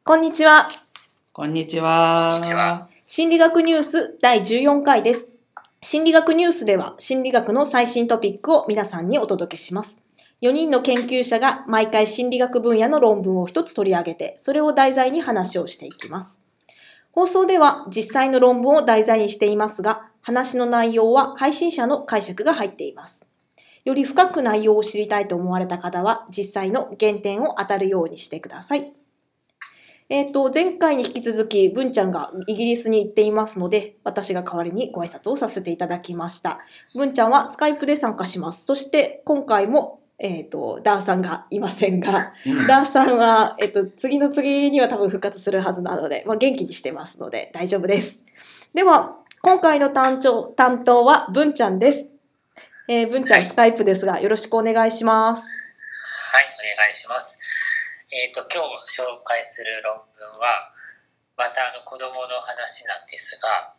こんにちは。 こんにちは。 心理学ニュース第14回です。心理学ニュースでは心理学の最新トピックを皆さんにお届けします。4人の研究者が毎回心理学分野の論文を一つ取り上げて、それを題材に話をしていきます。放送では実際の論文を題材にしていますが、話の内容は配信者の解釈が入っています。より深く内容を知りたいと思われた方は、実際の原点を当たるようにしてください。前回に引き続き、文ちゃんがイギリスに行っていますので、私が代わりにご挨拶をさせていただきました。文ちゃんはスカイプで参加します。そして今回も、ダーさんがいませんが、ダーさんは、次の次には多分復活するはずなので、元気にしてますので大丈夫です。では、今回の担当は文ちゃんです。文ちゃん、スカイプですが、よろしくお願いします。 はい、お願いします。今日紹介する論文はまた子どもの話なんですが、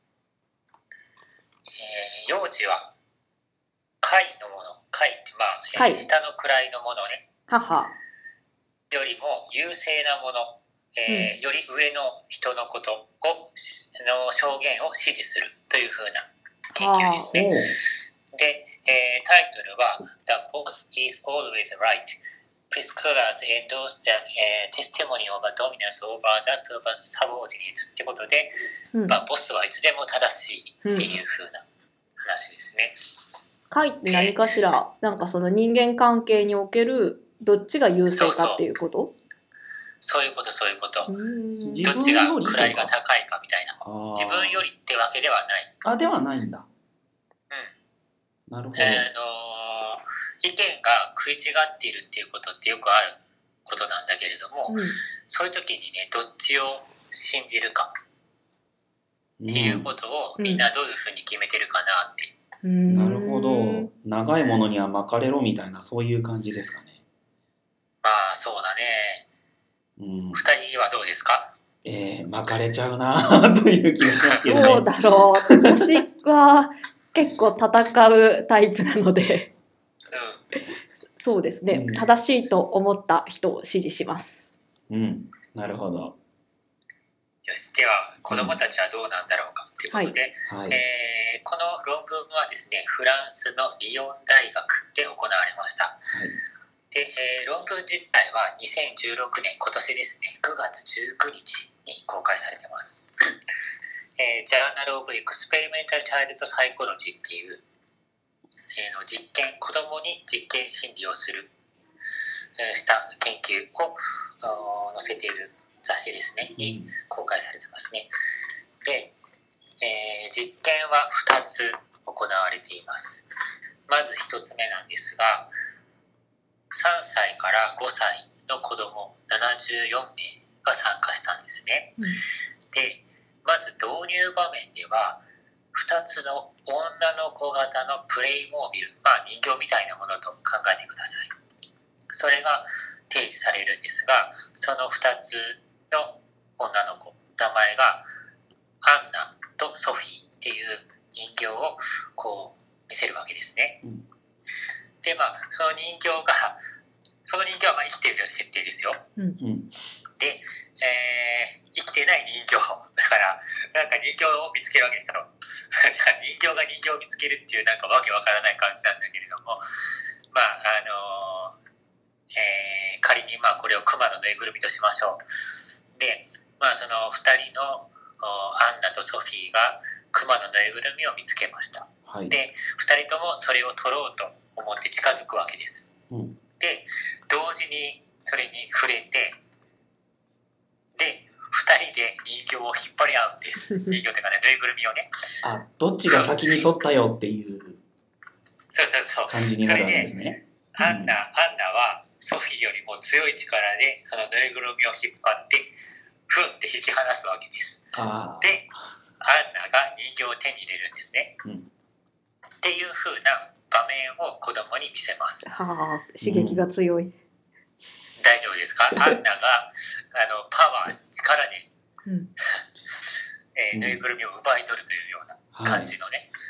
幼児は下位のもの、下位って下の位のものね、よりも優勢なもの、より上の人のことをの証言を支持するというふうな研究ですね。で、タイトルは The Boss is Always Right。Preschoolers endorse the testimony of a dominant over that of a subordinate ってことで、ボスはいつでも正しいっていう風な話ですね。 解って何かしら、なんかその人間関係におけるどっちが優勢かっていうこと？ そういうこと。どっちが位が高いかみたいな。自分よりってわけではない。 ではないんだ。なるほど。 意見が食い違っているっていうことってよくあることなんだけれども、そういう時にね、どっちを信じるかっていうことをみんなどういうふうに決めてるかなって。 なるほど。長いものには巻かれろみたいな、そういう感じですかね。 そうだね。2人はどうですか？ 巻かれちゃうなという気がしますけどね。 そうだろう。私は結構戦うタイプなので、そうですね、正しいと思った人を支持します。 なるほど。 よし、では子どもたちはどうなんだろうかということで、この論文はですね、フランスのリヨン大学で行われました。で、論文自体は2016年、今年ですね、9月19日に公開されてます。Journal of Experimental Child Psychology っていう、子供に実験心理をした研究を載せている雑誌ですね、に公開されてますね。で、実験は2つ行われています。まず1つ目なんですが、3歳から5歳の子ども74名が参加したんですね。で、まず導入場面では2つの女の子型のプレイモービル、人形みたいなものと考えてください。それが提示されるんですが、その2つの女の子、名前がアンナとソフィーっていう人形を見せるわけですね。で、その人形は生きている設定ですよ。で、生きてない人形だから、なんか人形を見つけるわけですよ。人形が人形を見つけるっていうなんかわけわからない感じなんだけれども、仮にこれを熊のぬいぐるみとしましょう。で、その2人のアンナとソフィーが熊のぬいぐるみを見つけました。で、2人ともそれを取ろうと思って近づくわけです。で、同時にそれに触れて、で、2人で人形を引っ張り合うんです。人形というかね、ぬいぐるみをね。 どっちが先に取ったよっていう感じになるわけですね。 アンナはソフィーよりも強い力でそのぬいぐるみを引っ張ってふんって引き離すわけです。で、アンナが人形を手に入れるんですね。っていう風な場面を子供に見せます。 刺激が強い。 大丈夫ですか？アンナがパワー、力で、ぬいぐるみを奪い取るというような感じのね、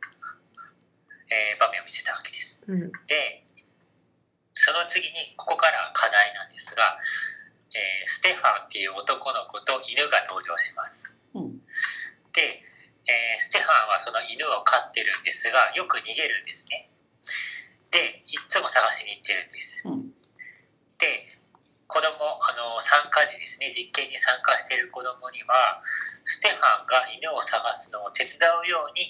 場面を見せたわけです。で、その次にここから課題なんですが、ステファンっていう男の子と犬が登場します。で、ステファンはその犬を飼ってるんですが、よく逃げるんですね。で、いつも探しに行ってるんです。で、子供、参加時ですね、実験に参加している子供には、ステファンが犬を探すのを手伝うように、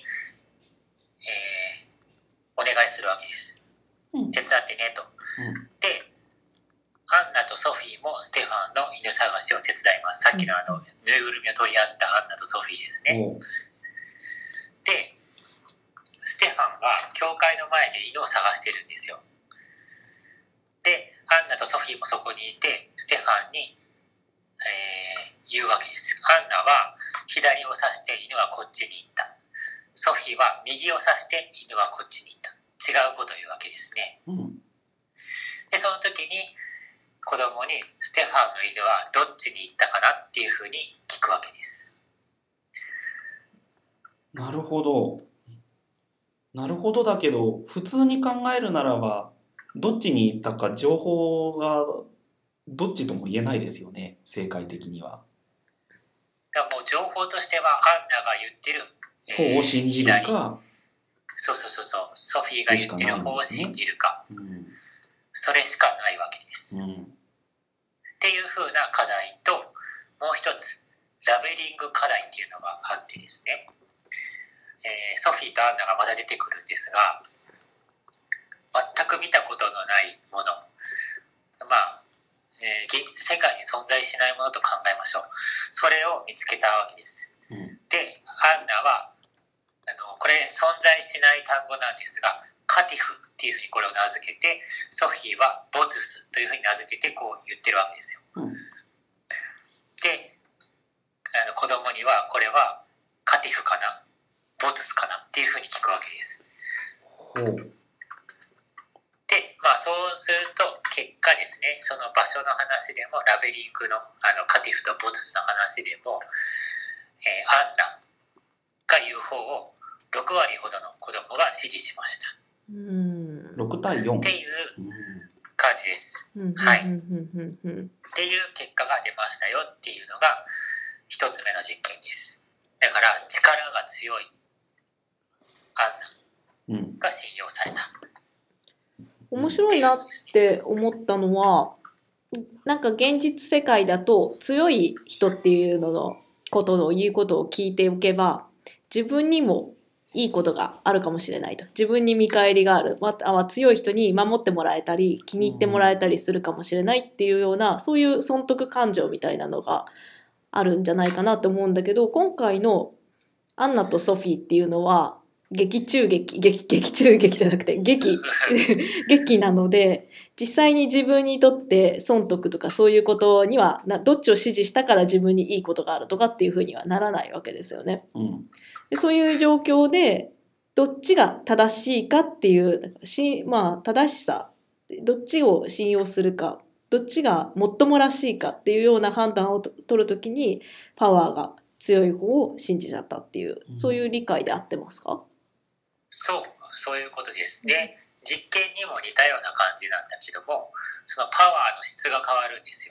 お願いするわけです。手伝ってねと。で、アンナとソフィーもステファンの犬探しを手伝います。さっきのぬいぐるみを取り合ったアンナとソフィーですね。で、ステファンは教会の前で犬を探してるんですよ。で、アンナとソフィーもそこにいて、ステファンに、言うわけです。アンナは左を指して犬はこっちに行った。ソフィーは右を指して犬はこっちに行った。違うことを言うわけですね。で、その時に子供にステファンの犬はどっちに行ったかなっていうふうに聞くわけです。 なるほど。なるほどだけど、普通に考えるならば、どっちに行ったか情報がどっちとも言えないですよね、正解的には。 だからもう情報としてはアンナが言ってる方を信じるか、 そうソフィーが言ってる方を信じるか、それしかないわけです。っていうふうな課題と、もう一つラベリング課題っていうのがあってですね、ソフィーとアンナがまだ出てくるんですが、全く見たことのないもの、現実世界に存在しないものと考えましょう。それを見つけたわけです。で、アンナはこれ存在しない単語なんですが、カティフっていうふうにこれを名付けて、ソフィーはボトゥスというふうに名付けてこう言ってるわけですよ。で、子供にはこれはカティフかなボトゥスかなっていうふうに聞くわけです。で、そうすると結果ですね、その場所の話でもラベリングのカティフとボトゥスの話でも、アンナが言う方を6割ほどの子供が支持しました。 6対4 っていう感じです。はい。っていう結果が出ましたよっていうのが一つ目の実験です。だから力が強いアンナが信用された。 面白いなって思ったのは、なんか現実世界だと強い人っていうののことを言うことを聞いておけば、自分にもいいことがあるかもしれないと。自分に見返りがある。または強い人に守ってもらえたり、気に入ってもらえたりするかもしれないっていうような、そういう損得感情みたいなのがあるんじゃないかなと思うんだけど、今回のアンナとソフィーっていうのは、劇中劇じゃなくて劇なので、実際に自分にとって損得とかそういうことにはどっちを支持したから自分にいいことがあるとかっていうふうにはならないわけですよね。でそういう状況でどっちが正しいかっていう正しさ、どっちを信用するか、どっちがもっともらしいかっていうような判断を取るときにパワーが強い方を信じちゃったっていう、そういう理解で合ってますか？ そういうことです。で、実験にも似たような感じなんだけども、そのパワーの質が変わるんですよ。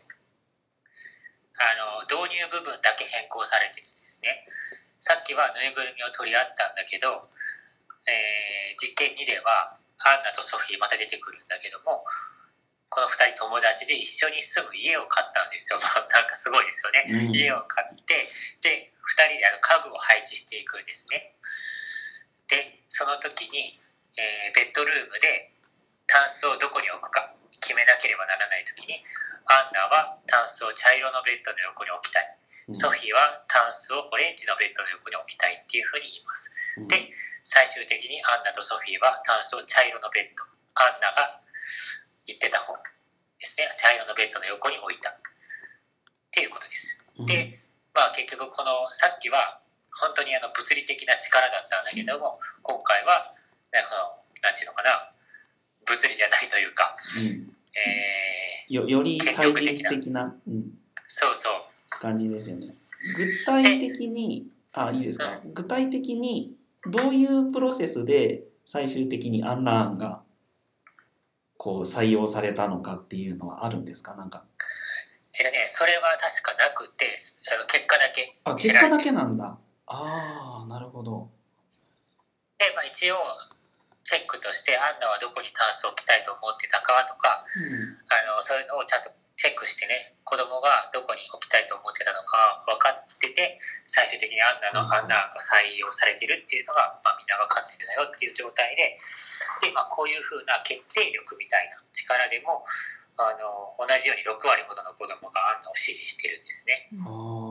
導入部分だけ変更されててですね、さっきはぬいぐるみを取り合ったんだけど、実験2ではアンナとソフィーまた出てくるんだけども、この2人友達で一緒に住む家を買ったんですよ。なんかすごいですよね。家を買って、で、2人で家具を配置していくんですね。で、その時に、ベッドルームでタンスをどこに置くか決めなければならない時に、アンナはタンスを茶色のベッドの横に置きたい。ソフィーはタンスをオレンジのベッドの横に置きたいっていうふうに言います。で、最終的にアンナとソフィーはタンスを茶色のベッド、アンナが言ってた方ですね、茶色のベッドの横に置いたっていうことです。で、結局このさっきは本当に物理的な力だったんだけども、今回はなんていうのかな、物理じゃないというか、 より対人的な、感じですよね。具体的にいいですか、具体的にどういうプロセスで最終的にアンナ案がこう採用されたのかっていうのはあるんですか？なんかそれは確かなくて、結果だけあ、結果だけなんだ。ああ、なるほど。 で、一応チェックとしてアンナはどこにタンスを置きたいと思ってたかとか、そういうのをちゃんとチェックしてね、子供がどこに置きたいと思ってたのか分かってて、最終的にアンナが採用されてるっていうのが、みんな分かってるんだよっていう状態で、こういう風な決定力みたいな力でも同じように6割ほどの子供がアンナを支持してるんですね。違う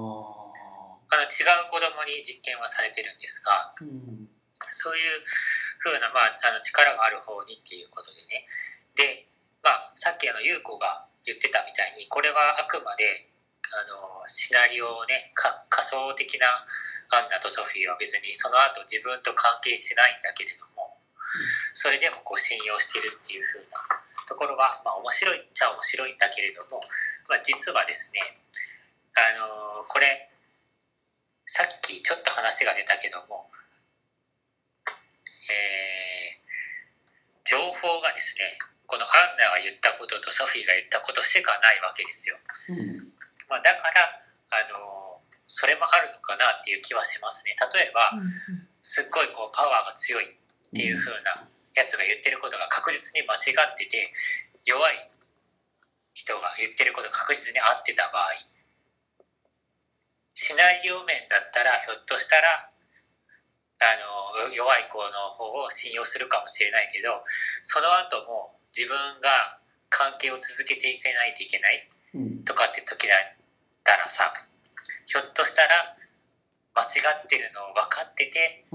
子供に実験はされてるんですが、そういう風な、力がある方にっていうことでね。で、さっき優子が言ってたみたいに、これはあくまでシナリオをね、仮想的なアンナとソフィーは別にその後自分と関係しないんだけれども、それでも信用してるっていう風なところは、面白いっちゃ面白いんだけれども、実はですね、これさっきちょっと話が出たけども、情報がですね、このアンナが言ったこととソフィーが言ったことしかないわけですよ。だからそれもあるのかなっていう気はしますね。例えば、すっごいパワーが強いっていう風なやつが言ってることが確実に間違ってて、弱い人が言ってることが確実に合ってた場合、シナリオ面だったらひょっとしたら弱い子の方を信用するかもしれないけど、その後も自分が関係を続けていかないといけないとかって時だったらさ、ひょっとしたら間違ってるのを分かってて、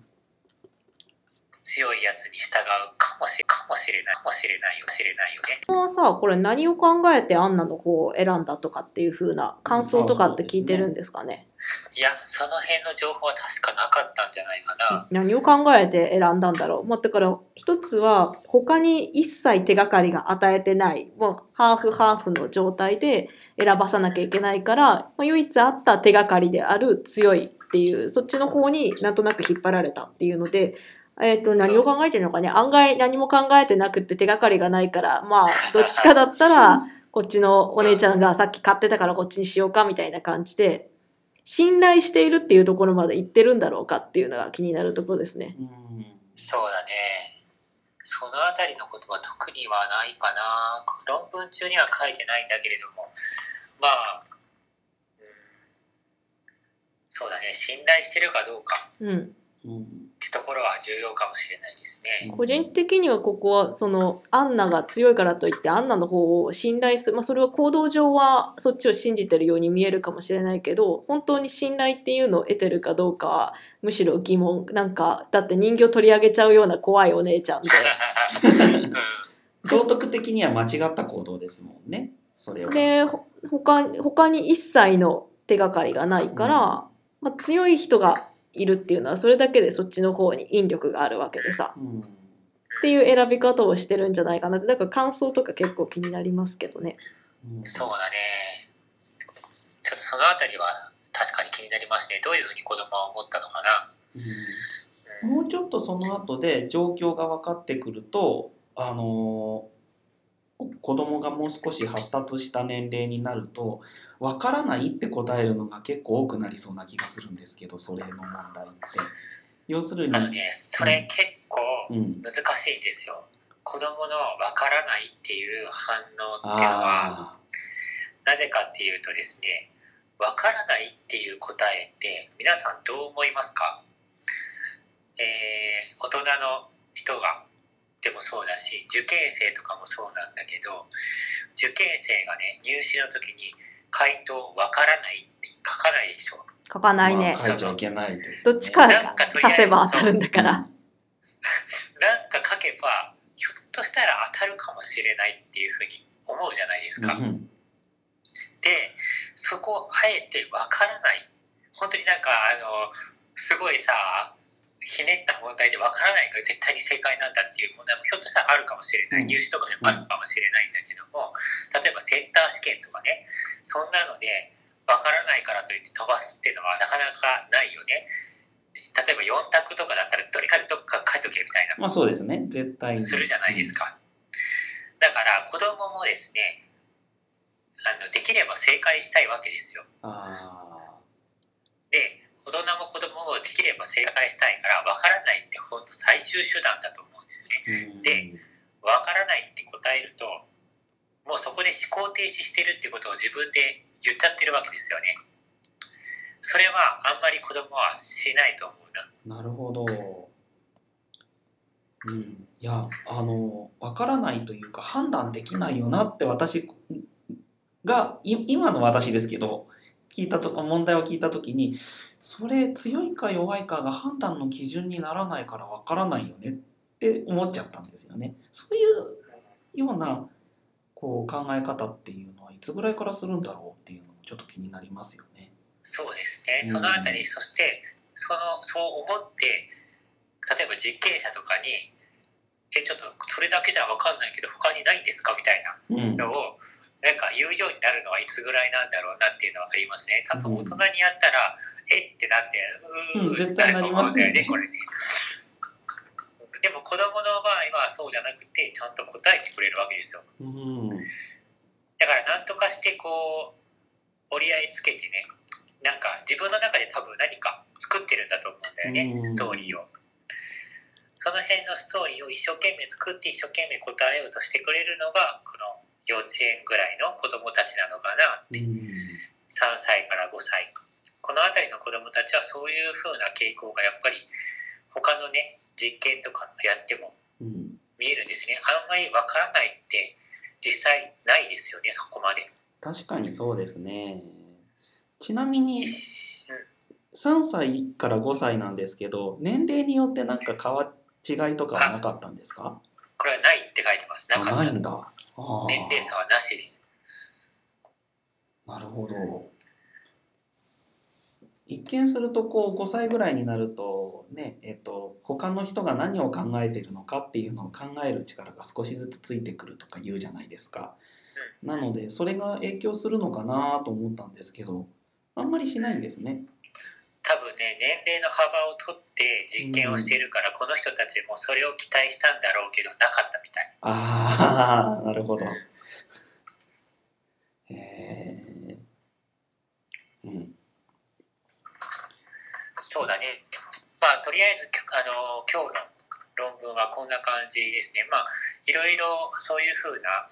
強いやつに従うかもしれないよね。 これはさ、これ何を考えてアンナの方を選んだとかっていう風な感想とかって聞いてるんですかね。 いや、その辺の情報は確かなかったんじゃないかな。 何を考えて選んだんだろう。だから一つは他に一切手がかりが与えてない、もうハーフハーフの状態で選ばさなきゃいけないから、唯一あった手がかりである強いっていう、そっちの方になんとなく引っ張られたっていうので、何を考えてるのかね。案外何も考えてなくって手がかりがないから、どっちかだったらこっちのお姉ちゃんがさっき買ってたからこっちにしようかみたいな感じで、信頼しているっていうところまで行ってるんだろうかっていうのが気になるところですね。 そうだね。そのあたりのことは特にはないかな。論文中には書いてないんだけれども、そうだね。信頼してるかどうか。ってところは重要かもしれないですね。 個人的にはここはそのアンナが強いからといってアンナの方を信頼する、それは行動上はそっちを信じてるように見えるかもしれないけど、本当に信頼っていうのを得てるかどうかはむしろ疑問。だって人形取り上げちゃうような怖いお姉ちゃんで道徳的には間違った行動ですもんね。それはで他に一切の手がかりがないから、強い人がいるっていうのはそれだけでそっちの方に引力があるわけでさ、っていう選び方をしてるんじゃないかなって。だから感想とか結構気になりますけどね。 そうだね。ちょっとそのあたりは確かに気になりますね。どういうふうに子供は思ったのかな。 もうちょっとその後で状況が分かってくると、子供がもう少し発達した年齢になると分からないって答えるのが結構多くなりそうな気がするんですけど、それの問題って要するにそれ結構難しいんですよ。子供の分からないっていう反応っていうのはなぜかっていうとですね、分からないっていう答えって皆さんどう思いますか？大人の人がでもそうだし、受験生とかもそうなんだけど、受験生がね、入試の時に回答わからないって書かないでしょ。 書かないね。 書いちゃいけないですね。どっちかが指せば当たるんだから。 なんか書けばひょっとしたら当たるかもしれないっていうふうに思うじゃないですか。で、そこをあえてわからない。本当にすごいさ、ひねった問題でわからないが絶対に正解なんだっていう問題もひょっとしたらあるかもしれない。入試とかでもあるかもしれないんだけども、例えばセンター試験とかね、そんなのでわからないからといって飛ばすっていうのはなかなかないよね。例えば4択とかだったらとりあえずどっか書いとけみたいな。 そうですね。絶対にするじゃないですか。だから子供もですね、 できれば正解したいわけですよ。 あで、大人も子供もできれば正解したいから、わからないって本当最終手段だと思うんですね。で、わからないって答えると、もうそこで思考停止してるってことを自分で言っちゃってるわけですよね。それはあんまり子供はしないと思うな。 なるほど。いや、わからないというか判断できないよなって私が今の私ですけど問題を聞いたときに、それ強いか弱いかが判断の基準にならないからわからないよねって思っちゃったんですよね。そういうようなこう考え方っていうのはいつぐらいからするんだろうっていうのもちょっと気になりますよね。 そうですね。そのあたり、そしてそう思って例えば実験者とかにちょっとそれだけじゃ分かんないけど他にないんですかみたいなのをなんか言うようになるのはいつぐらいなんだろうなっていうのはありますね。多分大人にやったら、ってなって絶対なりますよね。 これね。でも子供の場合はそうじゃなくてちゃんと答えてくれるわけですよ。だから何とかしてこう折り合いつけてね、なんか自分の中で多分何か作ってるんだと思うんだよね、ストーリーを。その辺のストーリーを一生懸命作って一生懸命答えようとしてくれるのがこの幼稚園ぐらいの子どもたちなのかなって。3歳から5歳この辺りの子どもたちはそういう風な傾向がやっぱり他のね実験とかやっても見えるんですね。あんまりわからないって実際ないですよね、そこまで。 確かにそうですね。ちなみに3歳から5歳なんですけど、年齢によってなんか違いとかはなかったんですか？ これはないって書いてます。なかった。 ないんだ。 年齢差はなしで。 なるほど。一見するとこう5歳ぐらいになるとね、他の人が何を考えているのかっていうのを考える力が少しずつついてくるとか言うじゃないですか。なのでそれが影響するのかなと思ったんですけど、あんまりしないんですね。 多分ね、年齢の幅を取って実験をしているから、この人たちもそれを期待したんだろうけどなかったみたい。 ああ、なるほど。 そうだね。まあとりあえず今日の論文はこんな感じですね。まあいろいろそういうふうな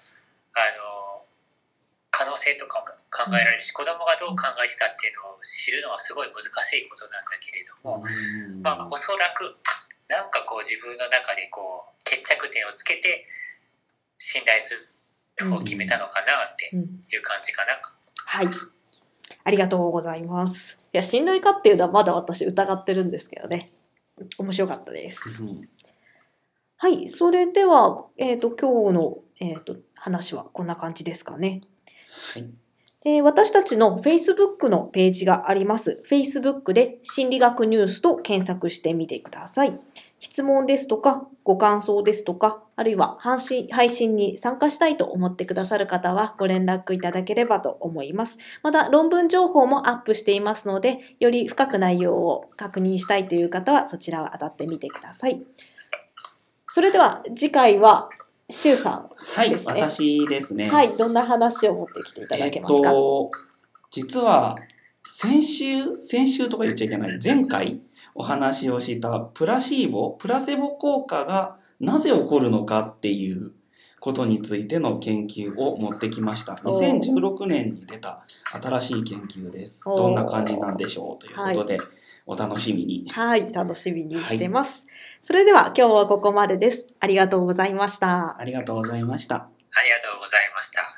可能性とかも考えられるし、子供がどう考えてたっていうのを知るのはすごい難しいことなんだけれども、まあおそらくなんかこう自分の中でこう決着点をつけて信頼する方を決めたのかなっていう感じかな。 はい。ありがとうございます。いや、信頼かっていうのはまだ私疑ってるんですけどね。面白かったです。はい、それでは、今日の、話はこんな感じですかね。 はい。 私たちの Facebook のページがあります。Facebook で心理学ニュースと検索してみてください。質問ですとか、ご感想ですとか、あるいは配信に参加したいと思ってくださる方はご連絡いただければと思います。また論文情報もアップしていますので、より深く内容を確認したいという方はそちらを当たってみてください。それでは次回は周さんですね。 はい、私ですね。 はい、どんな話を持ってきていただけますか？ 実は先週とか言っちゃいけない、前回お話をしたプラセボ効果がなぜ起こるのかっていうことについての研究を持ってきました。2016年に出た新しい研究です。どんな感じなんでしょうということで、お楽しみに。 はい、楽しみにしてます。それでは今日はここまでです。ありがとうございました。 ありがとうございました。 ありがとうございました。